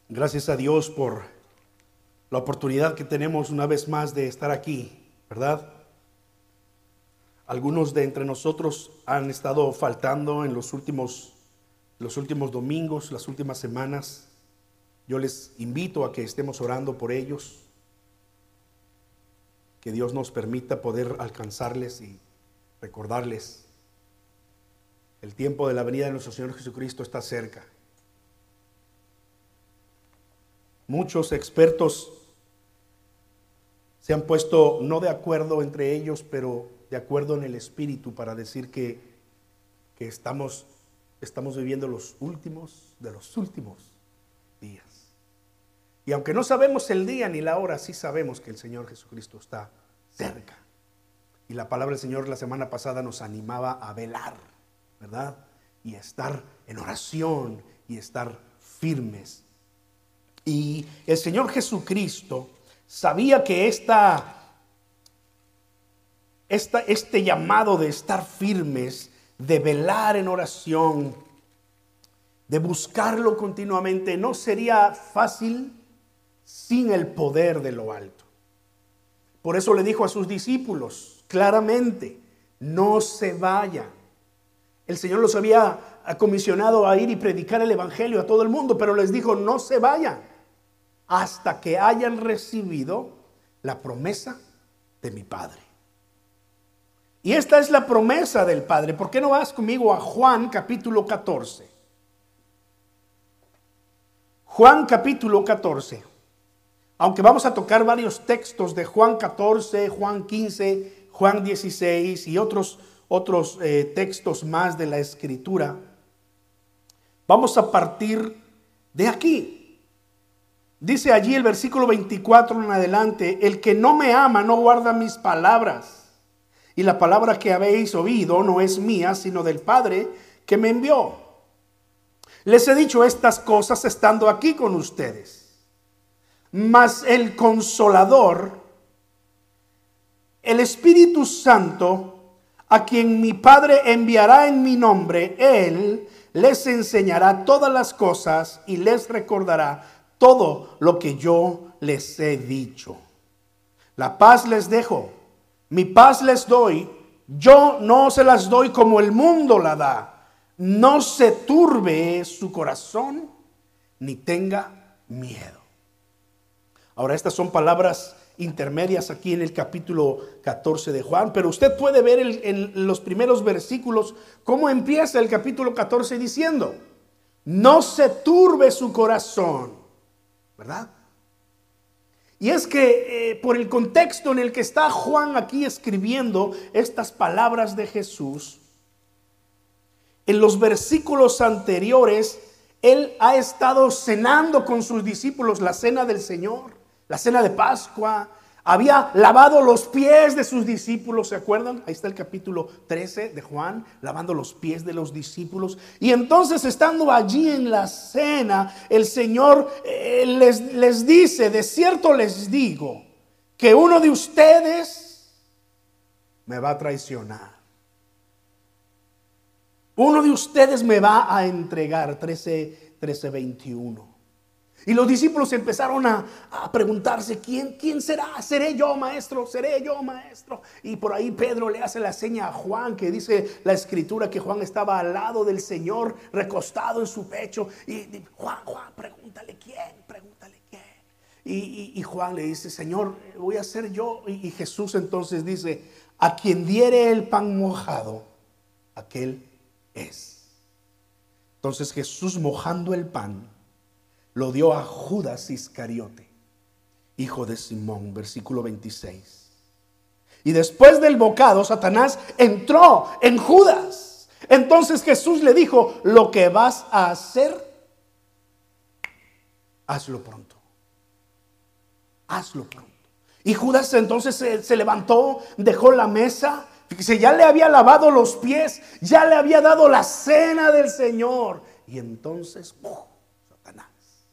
Gracias a Dios por la oportunidad que tenemos una vez más de estar aquí, ¿verdad? Algunos de entre nosotros han estado faltando en los últimos domingos, las últimas semanas. Yo les invito a que estemos orando por ellos, que Dios nos permita poder alcanzarles y recordarles. El tiempo de la venida de nuestro Señor Jesucristo está cerca. Muchos expertos se han puesto no de acuerdo entre ellos, pero de acuerdo en el Espíritu para decir que estamos viviendo los últimos de los últimos días. Y aunque no sabemos el día ni la hora, sí sabemos que el Señor Jesucristo está cerca. Y la palabra del Señor la semana pasada nos animaba a velar, ¿verdad? Y a estar en oración y estar firmes. Y el Señor Jesucristo sabía que este llamado de estar firmes, de velar en oración, de buscarlo continuamente, no sería fácil sin el poder de lo alto. Por eso le dijo a sus discípulos claramente: no se vayan. El Señor los había comisionado a ir y predicar el evangelio a todo el mundo, pero les dijo: no se vayan hasta que hayan recibido la promesa de mi Padre. Y esta es la promesa del Padre. ¿Por qué no vas conmigo a Juan capítulo 14? Juan capítulo 14. Aunque vamos a tocar varios textos de Juan 14, Juan 15, Juan 16 y otros textos más de la Escritura, vamos a partir de aquí. Dice allí el versículo 24 en adelante: el que no me ama no guarda mis palabras, y la palabra que habéis oído no es mía, sino del Padre que me envió. Les he dicho estas cosas estando aquí con ustedes. Mas el Consolador, el Espíritu Santo, a quien mi Padre enviará en mi nombre, Él les enseñará todas las cosas y les recordará todo lo que yo les he dicho. La paz les dejo, mi paz les doy. Yo no se las doy como el mundo la da. No se turbe su corazón ni tenga miedo. Ahora, estas son palabras intermedias aquí en el capítulo 14 de Juan, pero usted puede ver en los primeros versículos cómo empieza el capítulo 14 diciendo: no se turbe su corazón, ¿verdad? Y es que por el contexto en el que está Juan aquí escribiendo estas palabras de Jesús, en los versículos anteriores él ha estado cenando con sus discípulos la cena del Señor, la cena de Pascua. Había lavado los pies de sus discípulos, ¿se acuerdan? Ahí está el capítulo 13 de Juan, lavando los pies de los discípulos. Y entonces, estando allí en la cena, el Señor les dice: de cierto les digo que uno de ustedes me va a traicionar. Uno de ustedes me va a entregar. 13:21. Y los discípulos empezaron a preguntarse: ¿quién será? ¿Seré yo, maestro? ¿Seré yo, maestro? Y por ahí Pedro le hace la seña a Juan, que dice la Escritura que Juan estaba al lado del Señor, recostado en su pecho. Y Juan, pregúntale quién. Y Juan le dice: Señor, voy a ser yo. Y Jesús entonces dice: a quien diere el pan mojado, aquel es. Entonces Jesús, mojando el pan, lo dio a Judas Iscariote, hijo de Simón. Versículo 26. Y después del bocado, Satanás entró en Judas. Entonces Jesús le dijo: lo que vas a hacer, hazlo pronto. Hazlo pronto. Y Judas entonces se levantó, dejó la mesa. Fíjese, ya le había lavado los pies, ya le había dado la cena del Señor. Y entonces, Satanás.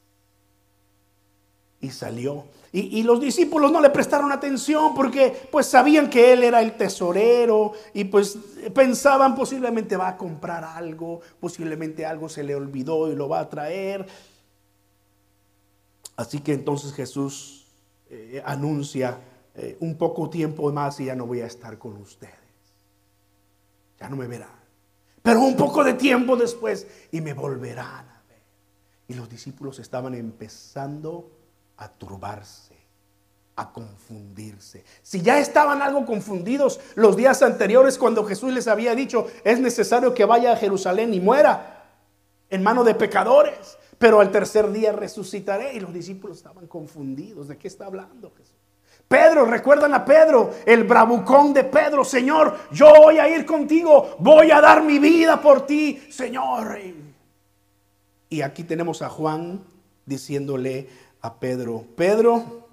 Y salió. Y los discípulos no le prestaron atención porque pues sabían que él era el tesorero y pues pensaban: posiblemente va a comprar algo, posiblemente algo se le olvidó y lo va a traer. Así que entonces Jesús anuncia, un poco tiempo más y ya no voy a estar con ustedes. Ya no me verán. Pero un poco de tiempo después y me volverán a ver. Y los discípulos estaban empezando a turbarse, a confundirse. Si ya estaban algo confundidos los días anteriores cuando Jesús les había dicho, es necesario que vaya a Jerusalén y muera en mano de pecadores, pero al tercer día resucitaré. Y los discípulos estaban confundidos. ¿De qué está hablando Jesús? Pedro, recuerdan a Pedro, el bravucón de Pedro: Señor, yo voy a ir contigo, voy a dar mi vida por ti, Señor. Y aquí tenemos a Juan diciéndole a Pedro: Pedro,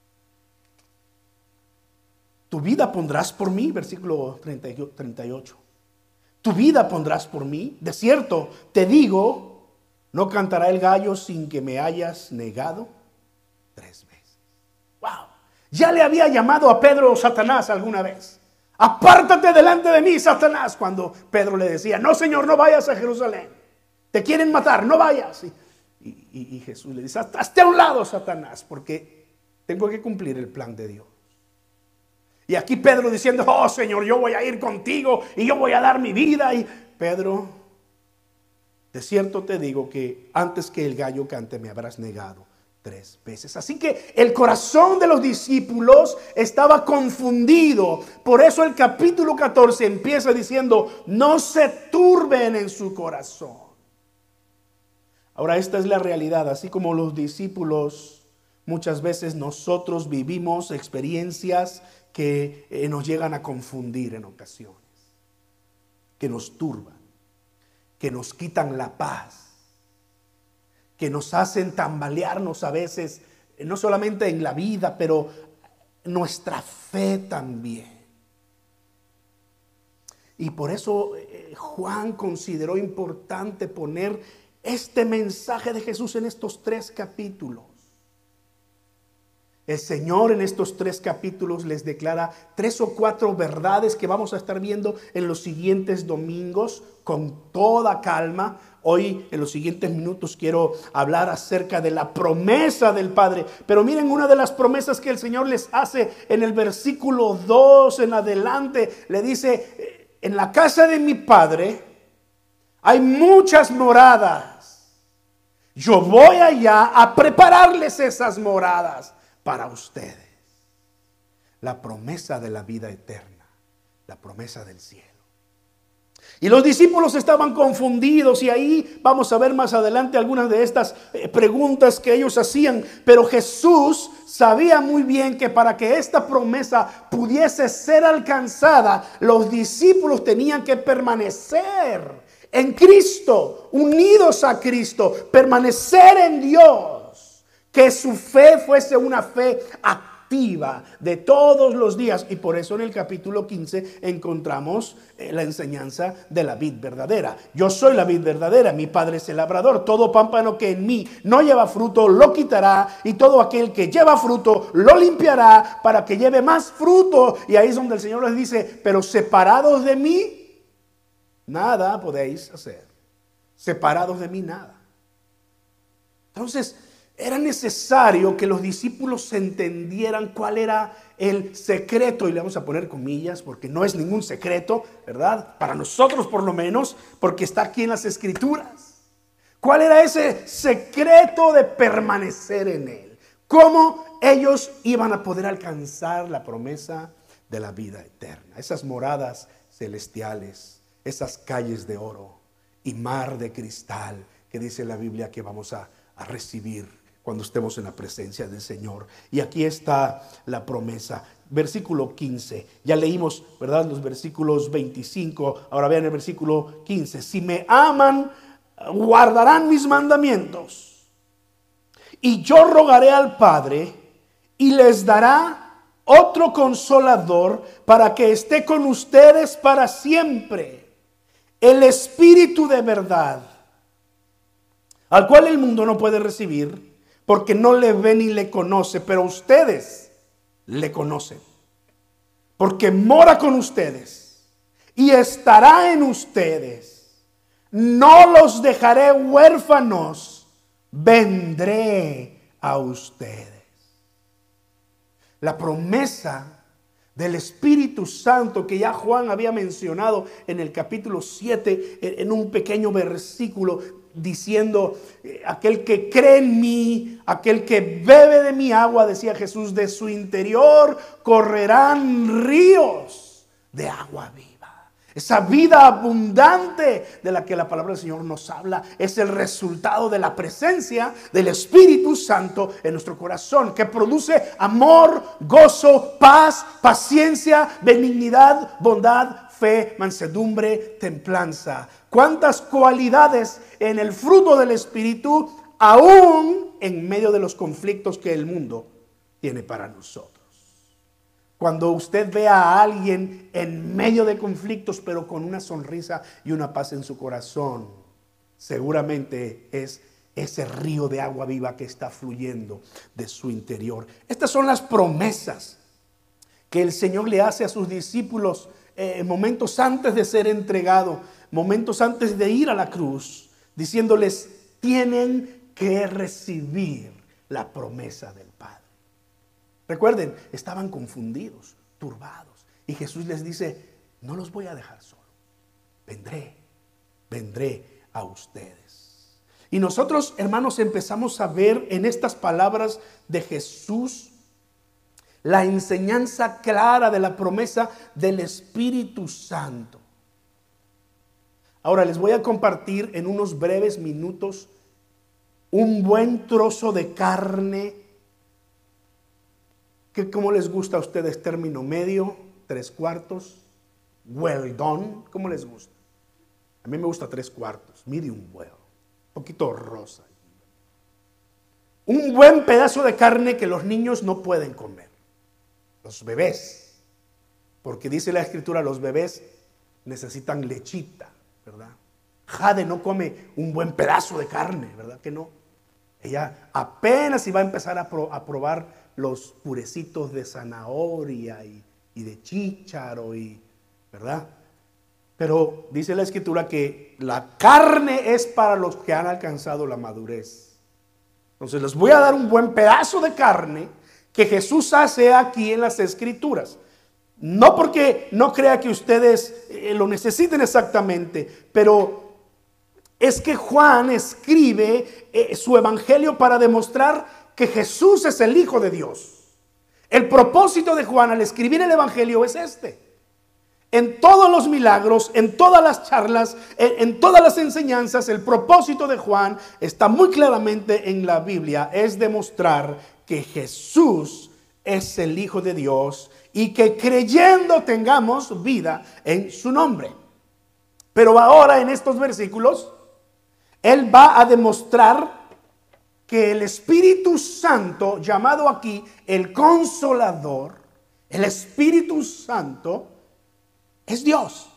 tu vida pondrás por mí, versículo 38. Tu vida pondrás por mí. De cierto, te digo, no cantará el gallo sin que me hayas negado 3 veces. Wow. Ya le había llamado a Pedro Satanás alguna vez. Apártate delante de mí, Satanás. Cuando Pedro le decía: no, Señor, no vayas a Jerusalén. Te quieren matar, no vayas. Y Jesús le dice: hazte a un lado, Satanás, porque tengo que cumplir el plan de Dios. Y aquí Pedro diciendo: oh, Señor, yo voy a ir contigo y yo voy a dar mi vida. Y Pedro: de cierto te digo que antes que el gallo cante me habrás negado 3 veces. Así que el corazón de los discípulos estaba confundido. Por eso el capítulo 14 empieza diciendo: no se turben en su corazón. Ahora, esta es la realidad. Así como los discípulos, muchas veces nosotros vivimos experiencias que nos llegan a confundir en ocasiones, que nos turban, que nos quitan la paz, que nos hacen tambalearnos a veces, no solamente en la vida, pero nuestra fe también. Y por eso Juan consideró importante poner este mensaje de Jesús en estos 3 capítulos. El Señor en estos 3 capítulos les declara 3 o 4 verdades que vamos a estar viendo en los siguientes domingos con toda calma. Hoy en los siguientes minutos quiero hablar acerca de la promesa del Padre. Pero miren, una de las promesas que el Señor les hace en el versículo 2 en adelante, le dice: en la casa de mi Padre hay muchas moradas. Yo voy allá a prepararles esas moradas para ustedes. La promesa de la vida eterna, la promesa del cielo. Y los discípulos estaban confundidos, y ahí vamos a ver más adelante algunas de estas preguntas que ellos hacían. Pero Jesús sabía muy bien que para que esta promesa pudiese ser alcanzada, los discípulos tenían que permanecer en Cristo, unidos a Cristo, permanecer en Dios. Que su fe fuese una fe activa de todos los días. Y por eso en el capítulo 15 encontramos la enseñanza de la vid verdadera. Yo soy la vid verdadera, mi Padre es el labrador. Todo pámpano que en mí no lleva fruto lo quitará, y todo aquel que lleva fruto lo limpiará para que lleve más fruto. Y ahí es donde el Señor les dice: pero separados de mí nada podéis hacer. Separados de mí nada. Entonces era necesario que los discípulos entendieran cuál era el secreto, y le vamos a poner comillas porque no es ningún secreto, ¿verdad? Para nosotros por lo menos, porque está aquí en las Escrituras. ¿Cuál era ese secreto de permanecer en Él? ¿Cómo ellos iban a poder alcanzar la promesa de la vida eterna? Esas moradas celestiales, esas calles de oro y mar de cristal que dice la Biblia que vamos a recibir cuando estemos en la presencia del Señor. Y aquí está la promesa. Versículo 15. Ya leímos, ¿verdad?, los versículos 25. Ahora vean el versículo 15. Si me aman, guardarán mis mandamientos. Y yo rogaré al Padre, y les dará otro consolador para que esté con ustedes para siempre. El Espíritu de verdad, al cual el mundo no puede recibir, porque no le ve ni le conoce, pero ustedes le conocen, porque mora con ustedes y estará en ustedes. No los dejaré huérfanos, vendré a ustedes. La promesa del Espíritu Santo que ya Juan había mencionado en el capítulo 7, en un pequeño versículo, diciendo: aquel que cree en mí, aquel que bebe de mi agua, decía Jesús, de su interior correrán ríos de agua viva. Esa vida abundante de la que la palabra del Señor nos habla es el resultado de la presencia del Espíritu Santo en nuestro corazón, que produce amor, gozo, paz, paciencia, benignidad, bondad, fe, mansedumbre, templanza. ¿Cuántas cualidades en el fruto del Espíritu, aún en medio de los conflictos que el mundo tiene para nosotros? Cuando usted vea a alguien en medio de conflictos, pero con una sonrisa y una paz en su corazón, seguramente es ese río de agua viva que está fluyendo de su interior. Estas son las promesas que el Señor le hace a sus discípulos momentos antes de ser entregado, momentos antes de ir a la cruz, diciéndoles: tienen que recibir la promesa del Padre. Recuerden, estaban confundidos, turbados, y Jesús les dice: no los voy a dejar solo, vendré a ustedes. Y nosotros, hermanos, empezamos a ver en estas palabras de Jesús la enseñanza clara de la promesa del Espíritu Santo. Ahora les voy a compartir en unos breves minutos un buen trozo de carne. ¿Cómo les gusta a ustedes? ¿Término medio? ¿3/4? ¿Well done? ¿Cómo les gusta? A mí me gusta 3/4, medium well, un poquito rosa. Un buen pedazo de carne que los niños no pueden comer, los bebés, porque dice la Escritura, los bebés necesitan lechita, ¿verdad? Jade no come un buen pedazo de carne, ¿verdad que no? Ella apenas iba a empezar a probar los purecitos de zanahoria y de chícharo, ¿verdad? Pero dice la Escritura que la carne es para los que han alcanzado la madurez. Entonces les voy a dar un buen pedazo de carne que Jesús hace aquí en las Escrituras. No porque no crea que ustedes lo necesiten exactamente, pero es que Juan escribe su evangelio para demostrar que Jesús es el Hijo de Dios. El propósito de Juan al escribir el evangelio es este. En todos los milagros, en todas las charlas, en todas las enseñanzas, el propósito de Juan está muy claramente en la Biblia. Es demostrar que Jesús es el Hijo de Dios y que creyendo tengamos vida en su nombre. Pero ahora en estos versículos, él va a demostrar que el Espíritu Santo, llamado aquí el Consolador, el Espíritu Santo, es Dios.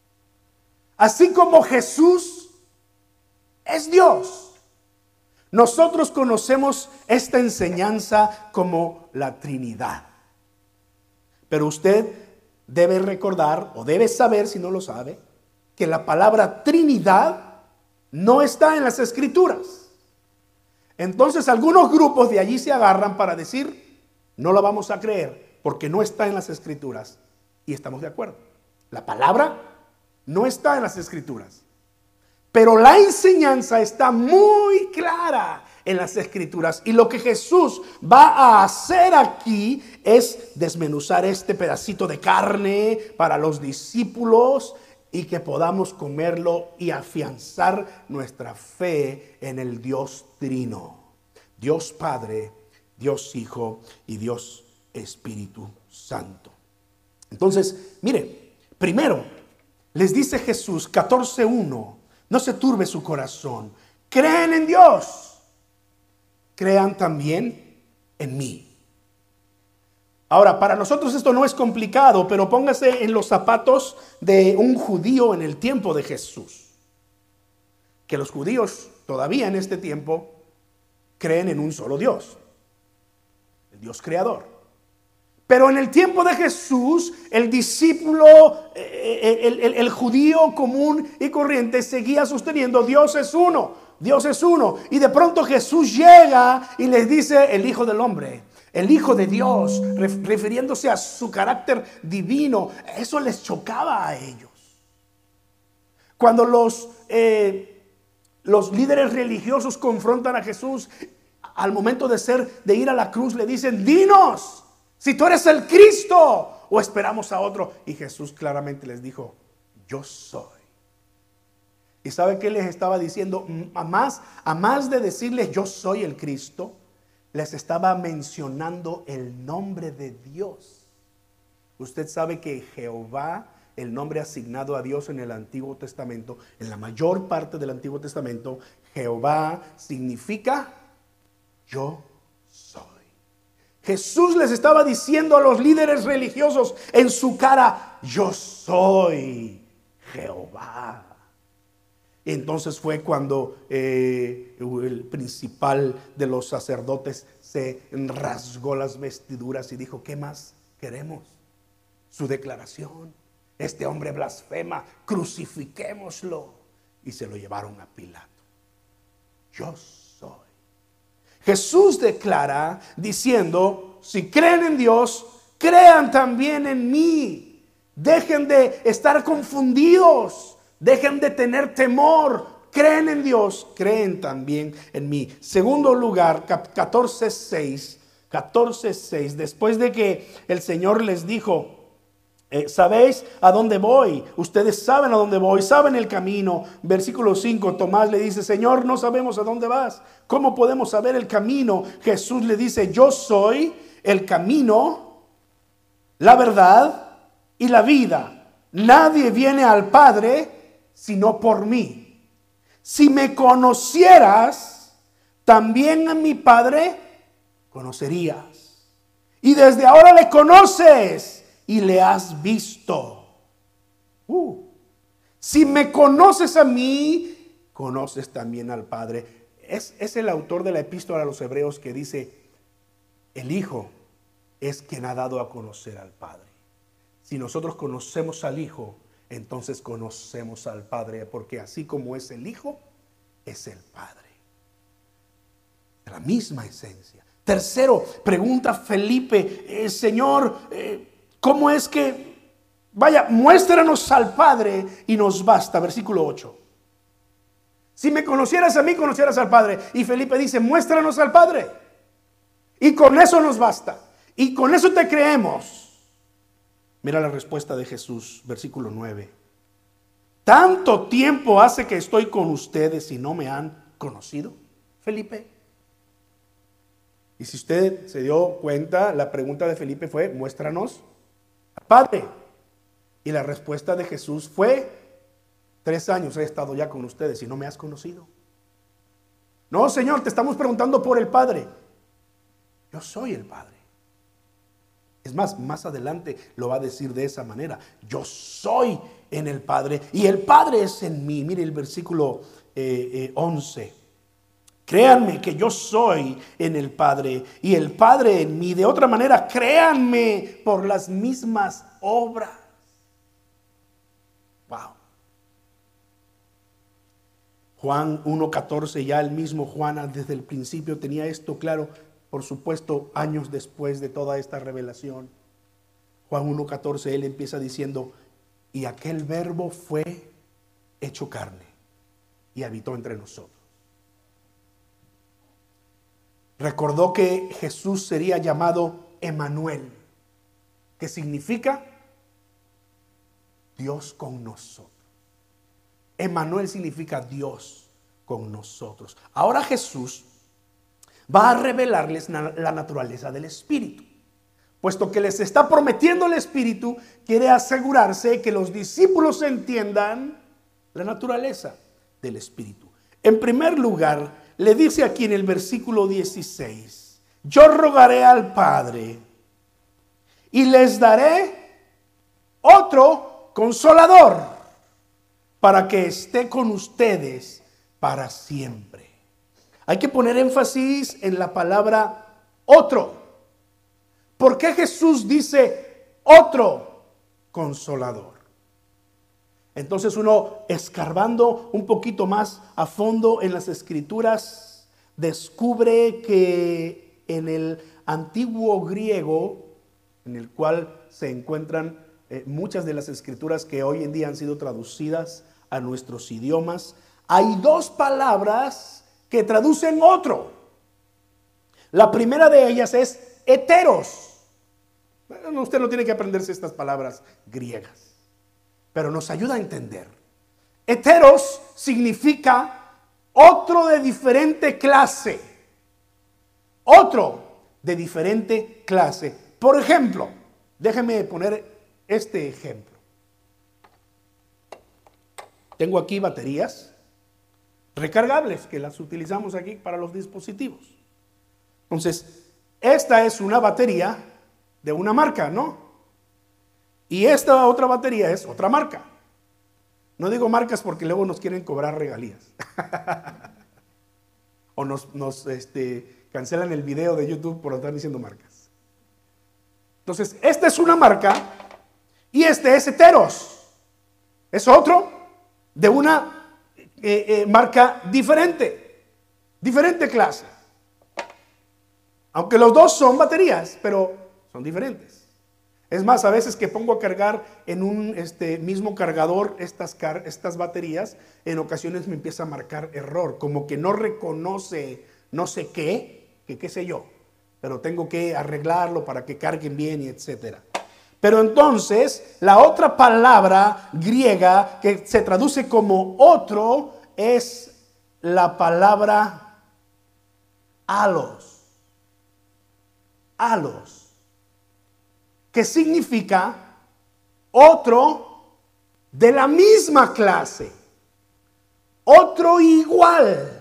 Así como Jesús es Dios. Nosotros conocemos esta enseñanza como la Trinidad. Pero usted debe recordar, o debe saber si no lo sabe, que la palabra Trinidad no está en las Escrituras. Entonces algunos grupos de allí se agarran para decir: no la vamos a creer porque no está en las Escrituras. Y estamos de acuerdo. La palabra no está en las Escrituras. Pero la enseñanza está muy clara en las Escrituras. Y lo que Jesús va a hacer aquí es desmenuzar este pedacito de carne para los discípulos y que podamos comerlo y afianzar nuestra fe en el Dios Trino. Dios Padre, Dios Hijo y Dios Espíritu Santo. Entonces, mire, primero les dice Jesús 14:1, no se turbe su corazón. Creen en Dios, crean también en mí. Ahora, para nosotros esto no es complicado, pero póngase en los zapatos de un judío en el tiempo de Jesús. Que los judíos todavía en este tiempo creen en un solo Dios, el Dios creador. Pero en el tiempo de Jesús, el discípulo, el judío común y corriente seguía sosteniendo: Dios es uno. Dios es uno. Y de pronto Jesús llega y les dice el Hijo del Hombre, el Hijo de Dios, refiriéndose a su carácter divino. Eso les chocaba a ellos. Cuando los líderes religiosos confrontan a Jesús al momento de ir a la cruz, le dicen: dinos si tú eres el Cristo o esperamos a otro. Y Jesús claramente les dijo: yo soy. ¿Y sabe qué les estaba diciendo? A más de decirles yo soy el Cristo, les estaba mencionando el nombre de Dios. Usted sabe que Jehová, el nombre asignado a Dios en el Antiguo Testamento, en la mayor parte del Antiguo Testamento, Jehová significa yo soy. Jesús les estaba diciendo a los líderes religiosos en su cara: yo soy Jehová. Entonces fue cuando el principal de los sacerdotes se rasgó las vestiduras y dijo: ¿qué más queremos? Su declaración: este hombre blasfema, crucifiquémoslo. Y se lo llevaron a Pilato. Yo soy. Jesús declara diciendo: si creen en Dios, crean también en mí. Dejen de estar confundidos. Dejen de tener temor. Creen en Dios, creen también en mí. Segundo lugar, 14:6. Después de que el Señor les dijo: ¿sabéis a dónde voy? Ustedes saben a dónde voy, saben el camino. Versículo 5, Tomás le dice: Señor, no sabemos a dónde vas. ¿Cómo podemos saber el camino? Jesús le dice: yo soy el camino, la verdad y la vida. Nadie viene al Padre sino por mí. Si me conocieras, también a mi Padre conocerías. Y desde ahora le conoces y le has visto. Si me conoces a mí, conoces también al Padre. Es el autor de la epístola a los Hebreos que dice: el Hijo es quien ha dado a conocer al Padre. Si nosotros conocemos al Hijo, entonces conocemos al Padre, porque así como es el Hijo, es el Padre. La misma esencia. Tercero, pregunta Felipe: Señor, ¿cómo es que? Vaya, muéstranos al Padre y nos basta. Versículo 8. Si me conocieras a mí, conocieras al Padre. Y Felipe dice: muéstranos al Padre. Y con eso nos basta. Y con eso te creemos. Mira la respuesta de Jesús, versículo 9. ¿Tanto tiempo hace que estoy con ustedes y no me han conocido, Felipe? Y si usted se dio cuenta, la pregunta de Felipe fue: muéstranos al Padre. Y la respuesta de Jesús fue: 3 años he estado ya con ustedes y no me has conocido. No, Señor, te estamos preguntando por el Padre. Yo soy el Padre. Es más adelante lo va a decir de esa manera: yo soy en el Padre y el Padre es en mí. Mire el versículo 11. Créanme que yo soy en el Padre y el Padre en mí. De otra manera, créanme por las mismas obras. Wow. Juan 1:14, ya el mismo Juan desde el principio tenía esto claro. Por supuesto, años después de toda esta revelación. Juan 1:14, él empieza diciendo: y aquel verbo fue hecho carne y habitó entre nosotros. Recordó que Jesús sería llamado Emmanuel, que significa Dios con nosotros. Emmanuel significa Dios con nosotros. Ahora Jesús va a revelarles la naturaleza del Espíritu. Puesto que les está prometiendo el Espíritu, quiere asegurarse que los discípulos entiendan la naturaleza del Espíritu. En primer lugar, le dice aquí en el versículo 16: yo rogaré al Padre y les daré otro consolador para que esté con ustedes para siempre. Hay que poner énfasis en la palabra otro. ¿Por qué Jesús dice otro consolador? Entonces uno, escarbando un poquito más a fondo en las escrituras, descubre que en el antiguo griego, en el cual se encuentran muchas de las escrituras que hoy en día han sido traducidas a nuestros idiomas, hay dos palabras que traducen otro. La primera de ellas es heteros. Bueno, usted no tiene que aprenderse estas palabras griegas, pero nos ayuda a entender. Heteros significa otro de diferente clase. Otro de diferente clase. Por ejemplo, déjeme poner este ejemplo. Tengo aquí baterías recargables que las utilizamos aquí para los dispositivos. Entonces, esta es una batería de una marca, ¿no? Y esta otra batería es otra marca. No digo marcas porque luego nos quieren cobrar regalías. O nos cancelan el video de YouTube por estar diciendo marcas. Entonces, esta es una marca y este es heteros. Es otro de una marca diferente clase. Aunque los dos son baterías, pero son diferentes. Es más, a veces que pongo a cargar en un mismo cargador estas baterías, en ocasiones me empieza a marcar error, como que no reconoce no sé qué sé yo, pero tengo que arreglarlo para que carguen bien y etcétera. Pero entonces, la otra palabra griega que se traduce como otro es la palabra alos. Alos, que significa otro de la misma clase, otro igual,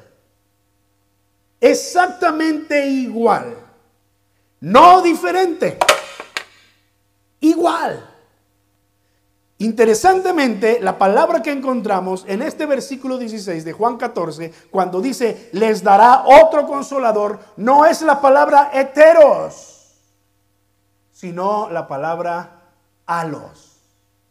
exactamente igual, no diferente, igual. Interesantemente, la palabra que encontramos en este versículo 16 de Juan 14, cuando dice, les dará otro consolador, no es la palabra heteros, sino la palabra alos.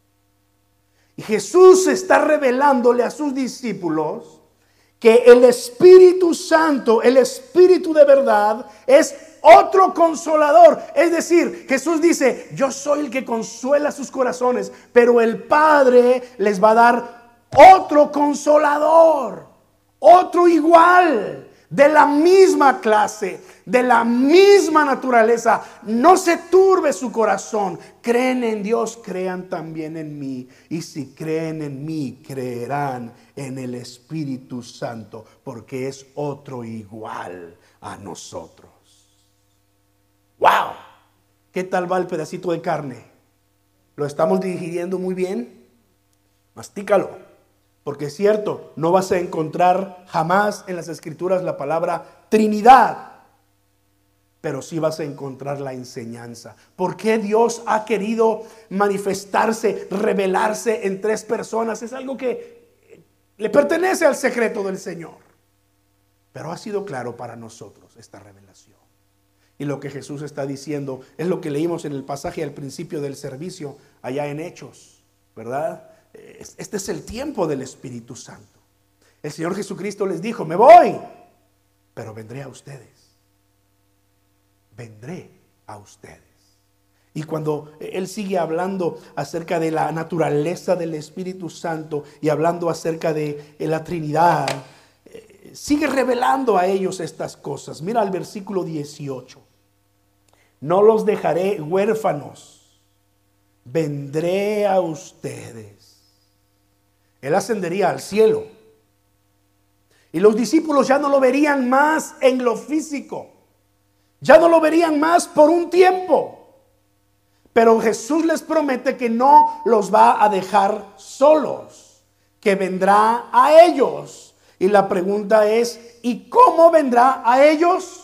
Y Jesús está revelándole a sus discípulos que el Espíritu Santo, el Espíritu de verdad, es otro consolador. Es decir, Jesús dice, yo soy el que consuela sus corazones, pero el Padre les va a dar otro consolador, otro igual, de la misma clase, de la misma naturaleza. No se turbe su corazón. Creen en Dios, crean también en mí. Y si creen en mí, creerán en el Espíritu Santo, porque es otro igual a nosotros. ¡Wow! ¿Qué tal va el pedacito de carne? ¿Lo estamos digiriendo muy bien? Mastícalo, porque es cierto, no vas a encontrar jamás en las Escrituras la palabra Trinidad, pero sí vas a encontrar la enseñanza. ¿Por qué Dios ha querido manifestarse, revelarse en tres personas? Es algo que le pertenece al secreto del Señor, pero ha sido claro para nosotros esta revelación. Y lo que Jesús está diciendo es lo que leímos en el pasaje al principio del servicio, allá en Hechos, ¿verdad? Este es el tiempo del Espíritu Santo. El Señor Jesucristo les dijo, me voy, pero vendré a ustedes. Vendré a ustedes. Y cuando Él sigue hablando acerca de la naturaleza del Espíritu Santo y hablando acerca de la Trinidad, sigue revelando a ellos estas cosas. Mira el versículo 18. No los dejaré huérfanos, vendré a ustedes. Él ascendería al cielo y los discípulos ya no lo verían más en lo físico, ya no lo verían más por un tiempo, pero Jesús les promete que no los va a dejar solos, que vendrá a ellos. Y la pregunta es, ¿y cómo vendrá a ellos?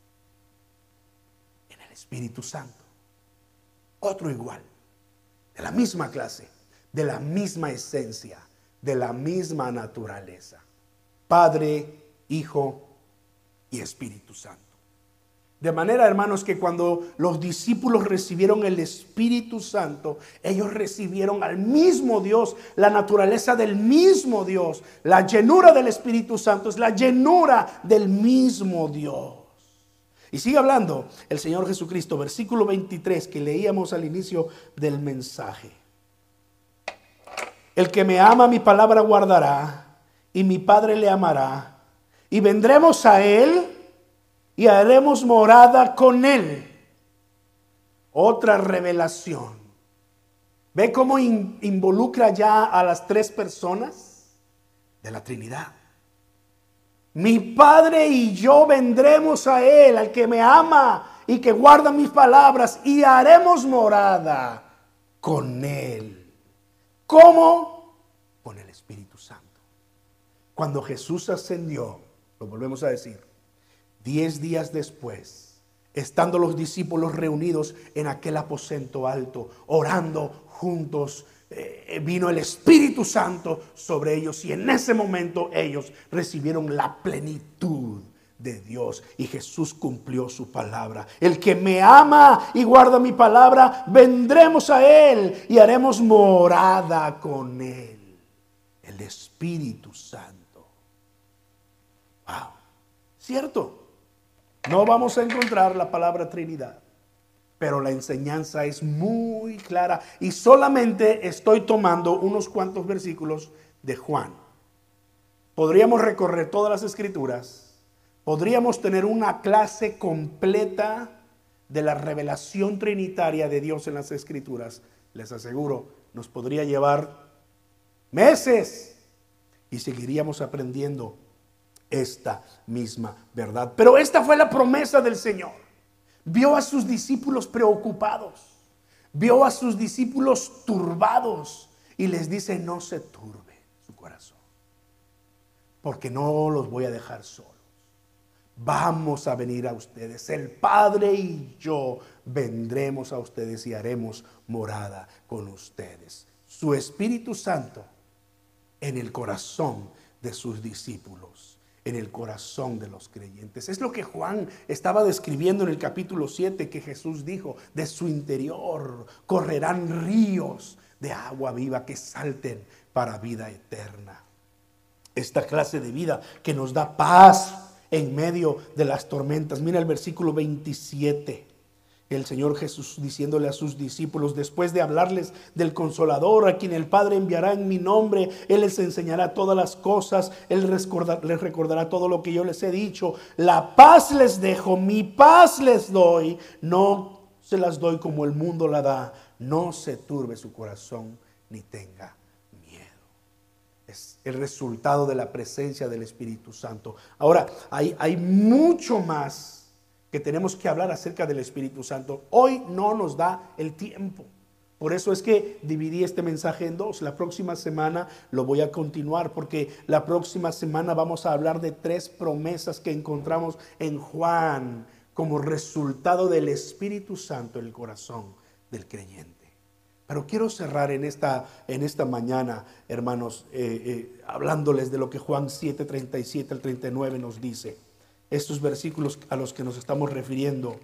En el Espíritu Santo. Otro igual, de la misma clase, de la misma esencia, de la misma naturaleza. Padre, Hijo y Espíritu Santo. De manera, hermanos, que cuando los discípulos recibieron el Espíritu Santo, ellos recibieron al mismo Dios, la naturaleza del mismo Dios. La llenura del Espíritu Santo es la llenura del mismo Dios. Y sigue hablando el Señor Jesucristo, versículo 23 que leíamos al inicio del mensaje. El que me ama, mi palabra guardará, y mi Padre le amará, y vendremos a él y haremos morada con él. Otra revelación. ¿Ve cómo involucra ya a las tres personas de la Trinidad? Mi Padre y yo vendremos a él, al que me ama y que guarda mis palabras, y haremos morada con él. ¿Cómo? Con el Espíritu Santo. Cuando Jesús ascendió, lo volvemos a decir, 10 días después, estando los discípulos reunidos en aquel aposento alto, orando juntos, vino el Espíritu Santo sobre ellos, y en ese momento ellos recibieron la plenitud de Dios, y Jesús cumplió su palabra. El que me ama y guarda mi palabra, vendremos a él y haremos morada con él. El Espíritu Santo. Wow, ¿cierto? No vamos a encontrar la palabra Trinidad, pero la enseñanza es muy clara, y solamente estoy tomando unos cuantos versículos de Juan. Podríamos recorrer todas las escrituras, podríamos tener una clase completa de la revelación trinitaria de Dios en las escrituras. Les aseguro, nos podría llevar meses y seguiríamos aprendiendo esta misma verdad. Pero esta fue la promesa del Señor. Vio a sus discípulos preocupados, vio a sus discípulos turbados, y les dice: no se turbe su corazón, porque no los voy a dejar solos. Vamos a venir a ustedes. El Padre y yo vendremos a ustedes y haremos morada con ustedes. Su Espíritu Santo en el corazón de sus discípulos, en el corazón de los creyentes. Es lo que Juan estaba describiendo en el capítulo 7, que Jesús dijo: de su interior correrán ríos de agua viva que salten para vida eterna. Esta clase de vida que nos da paz en medio de las tormentas. Mira el versículo 27. El Señor Jesús diciéndole a sus discípulos, después de hablarles del Consolador, a quien el Padre enviará en mi nombre, Él les enseñará todas las cosas, Él les recordará todo lo que yo les he dicho. La paz les dejo, mi paz les doy, no se las doy como el mundo la da. No se turbe su corazón ni tenga miedo. Es el resultado de la presencia del Espíritu Santo. Ahora, hay mucho más que tenemos que hablar acerca del Espíritu Santo. Hoy no nos da el tiempo. Por eso es que dividí este mensaje en dos. La próxima semana lo voy a continuar, porque la próxima semana vamos a hablar de 3 promesas que encontramos en Juan como resultado del Espíritu Santo en el corazón del creyente. Pero quiero cerrar en esta mañana, hermanos, hablándoles de lo que Juan 7, 37 al 39 nos dice. Estos versículos a los que nos estamos refiriendo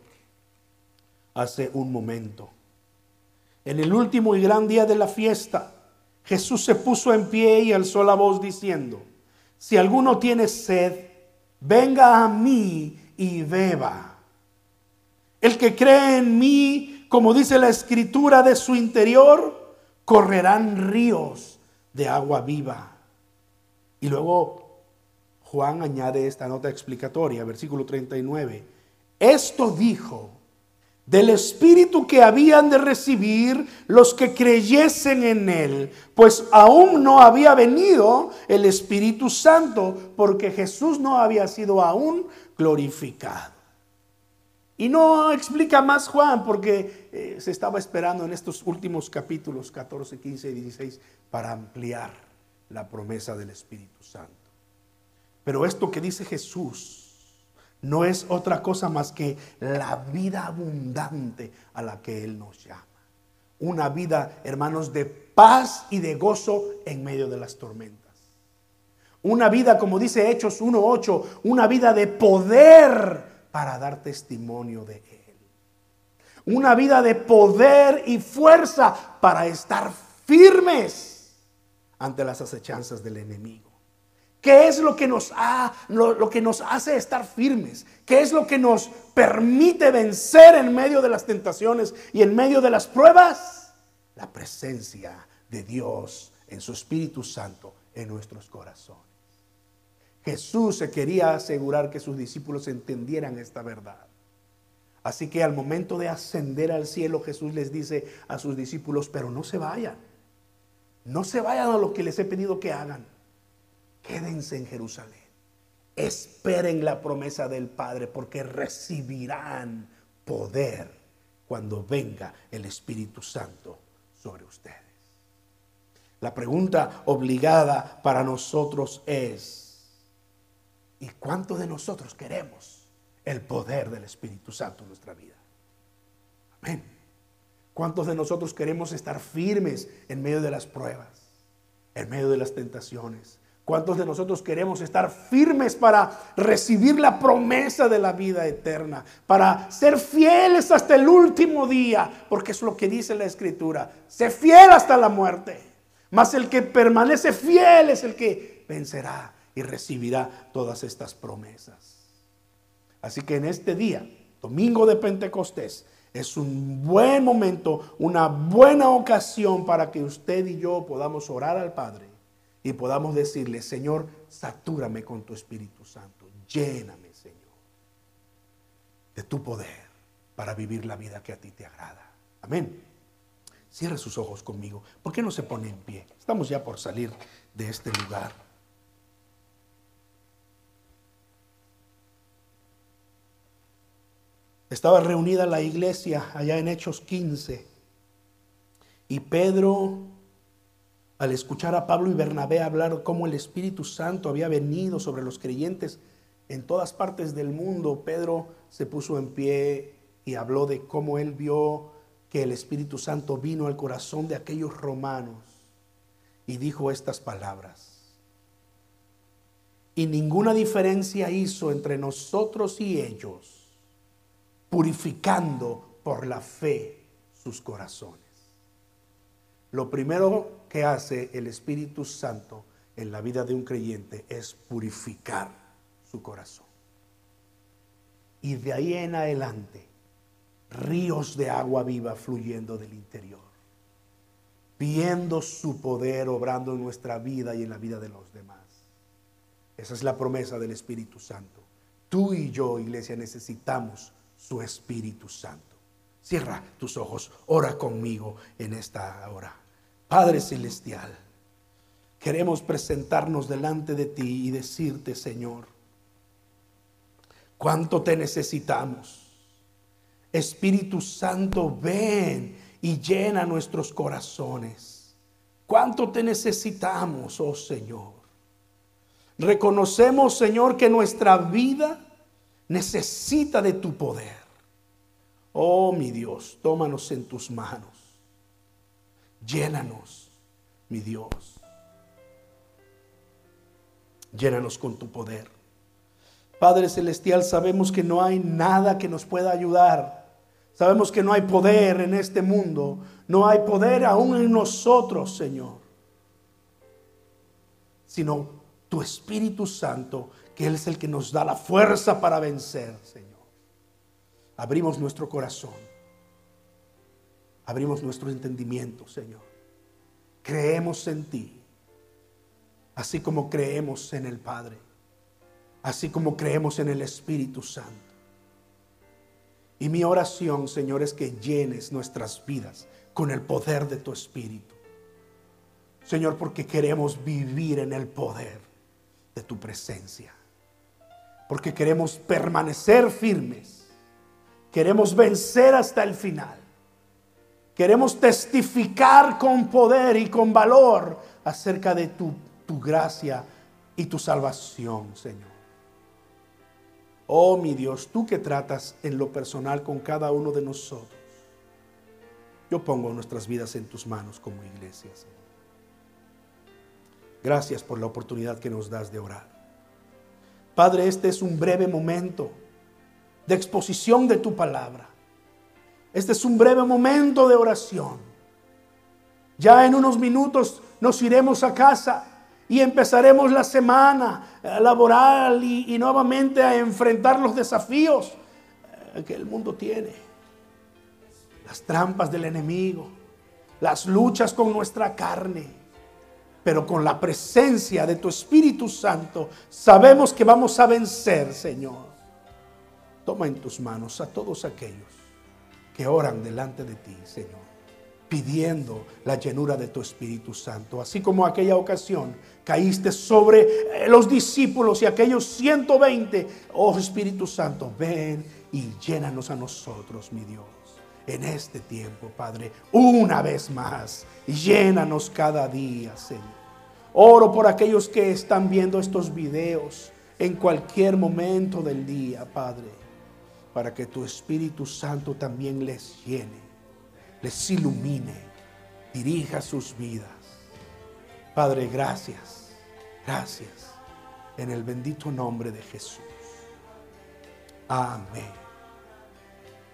hace un momento. En el último y gran día de la fiesta, Jesús se puso en pie y alzó la voz diciendo: si alguno tiene sed, venga a mí y beba. El que cree en mí, como dice la Escritura, de su interior correrán ríos de agua viva. Y luego Juan añade esta nota explicatoria, versículo 39. Esto dijo del Espíritu que habían de recibir los que creyesen en Él, pues aún no había venido el Espíritu Santo, porque Jesús no había sido aún glorificado. Y no explica más Juan, porque se estaba esperando en estos últimos capítulos 14, 15 y 16 para ampliar la promesa del Espíritu Santo. Pero esto que dice Jesús no es otra cosa más que la vida abundante a la que Él nos llama. Una vida, hermanos, de paz y de gozo en medio de las tormentas. Una vida, como dice Hechos 1:8, una vida de poder para dar testimonio de Él. Una vida de poder y fuerza para estar firmes ante las acechanzas del enemigo. ¿Qué es lo que nos hace estar firmes? ¿Qué es lo que nos permite vencer en medio de las tentaciones y en medio de las pruebas? La presencia de Dios en su Espíritu Santo en nuestros corazones. Jesús se quería asegurar que sus discípulos entendieran esta verdad. Así que al momento de ascender al cielo, Jesús les dice a sus discípulos: pero no se vayan. No se vayan a lo que les he pedido que hagan. Quédense en Jerusalén. Esperen la promesa del Padre, porque recibirán poder cuando venga el Espíritu Santo sobre ustedes. La pregunta obligada para nosotros es: ¿y cuántos de nosotros queremos el poder del Espíritu Santo en nuestra vida? Amén. ¿Cuántos de nosotros queremos estar firmes en medio de las pruebas, en medio de las tentaciones? ¿Cuántos de nosotros queremos estar firmes para recibir la promesa de la vida eterna? Para ser fieles hasta el último día, porque es lo que dice la Escritura: sé fiel hasta la muerte. Mas el que permanece fiel es el que vencerá y recibirá todas estas promesas. Así que en este día, domingo de Pentecostés, es un buen momento, una buena ocasión para que usted y yo podamos orar al Padre y podamos decirle: Señor, satúrame con tu Espíritu Santo. Lléname, Señor, de tu poder para vivir la vida que a ti te agrada. Amén. Cierre sus ojos conmigo. ¿Por qué no se pone en pie? Estamos ya por salir de este lugar. Estaba reunida la iglesia allá en Hechos 15. Y Pedro, al escuchar a Pablo y Bernabé hablar cómo el Espíritu Santo había venido sobre los creyentes en todas partes del mundo, Pedro se puso en pie y habló de cómo él vio que el Espíritu Santo vino al corazón de aquellos romanos y dijo estas palabras: y ninguna diferencia hizo entre nosotros y ellos, purificando por la fe sus corazones. Lo primero que hace el Espíritu Santo en la vida de un creyente es purificar su corazón. Y de ahí en adelante, ríos de agua viva fluyendo del interior, viendo su poder obrando en nuestra vida y en la vida de los demás. Esa es la promesa del Espíritu Santo. Tú y yo, iglesia, necesitamos su Espíritu Santo. Cierra tus ojos, ora conmigo en esta hora. Padre Celestial, queremos presentarnos delante de ti y decirte: Señor, cuánto te necesitamos. Espíritu Santo, ven y llena nuestros corazones. Cuánto te necesitamos, oh Señor. Reconocemos, Señor, que nuestra vida necesita de tu poder. Oh mi Dios, tómanos en tus manos. Llénanos, mi Dios. Llénanos con tu poder. Padre Celestial, sabemos que no hay nada que nos pueda ayudar. Sabemos que no hay poder en este mundo. No hay poder aún en nosotros, Señor. Sino tu Espíritu Santo, que Él es el que nos da la fuerza para vencer, Señor. Abrimos nuestro corazón. Abrimos nuestro entendimiento, Señor. Creemos en ti, así como creemos en el Padre, así como creemos en el Espíritu Santo. Y mi oración, Señor, es que llenes nuestras vidas con el poder de tu Espíritu. Señor, porque queremos vivir en el poder de tu presencia. Porque queremos permanecer firmes. Queremos vencer hasta el final. Queremos testificar con poder y con valor acerca de tu gracia y tu salvación, Señor. Oh mi Dios, tú que tratas en lo personal con cada uno de nosotros. Yo pongo nuestras vidas en tus manos como iglesia, Señor. Gracias por la oportunidad que nos das de orar. Padre, este es un breve momento de exposición de tu palabra. Este es un breve momento de oración. Ya en unos minutos nos iremos a casa y empezaremos la semana laboral y nuevamente a enfrentar los desafíos que el mundo tiene. Las trampas del enemigo, las luchas con nuestra carne. Pero con la presencia de tu Espíritu Santo sabemos que vamos a vencer, Señor. Toma en tus manos a todos aquellos que oran delante de ti, Señor, pidiendo la llenura de tu Espíritu Santo. Así como aquella ocasión caíste sobre los discípulos y aquellos 120. Oh Espíritu Santo, ven y llénanos a nosotros, mi Dios. En este tiempo, Padre, una vez más, llénanos cada día, Señor. Oro por aquellos que están viendo estos videos en cualquier momento del día, Padre, para que tu Espíritu Santo también les llene, les ilumine, dirija sus vidas. Padre, gracias, gracias, en el bendito nombre de Jesús. Amén.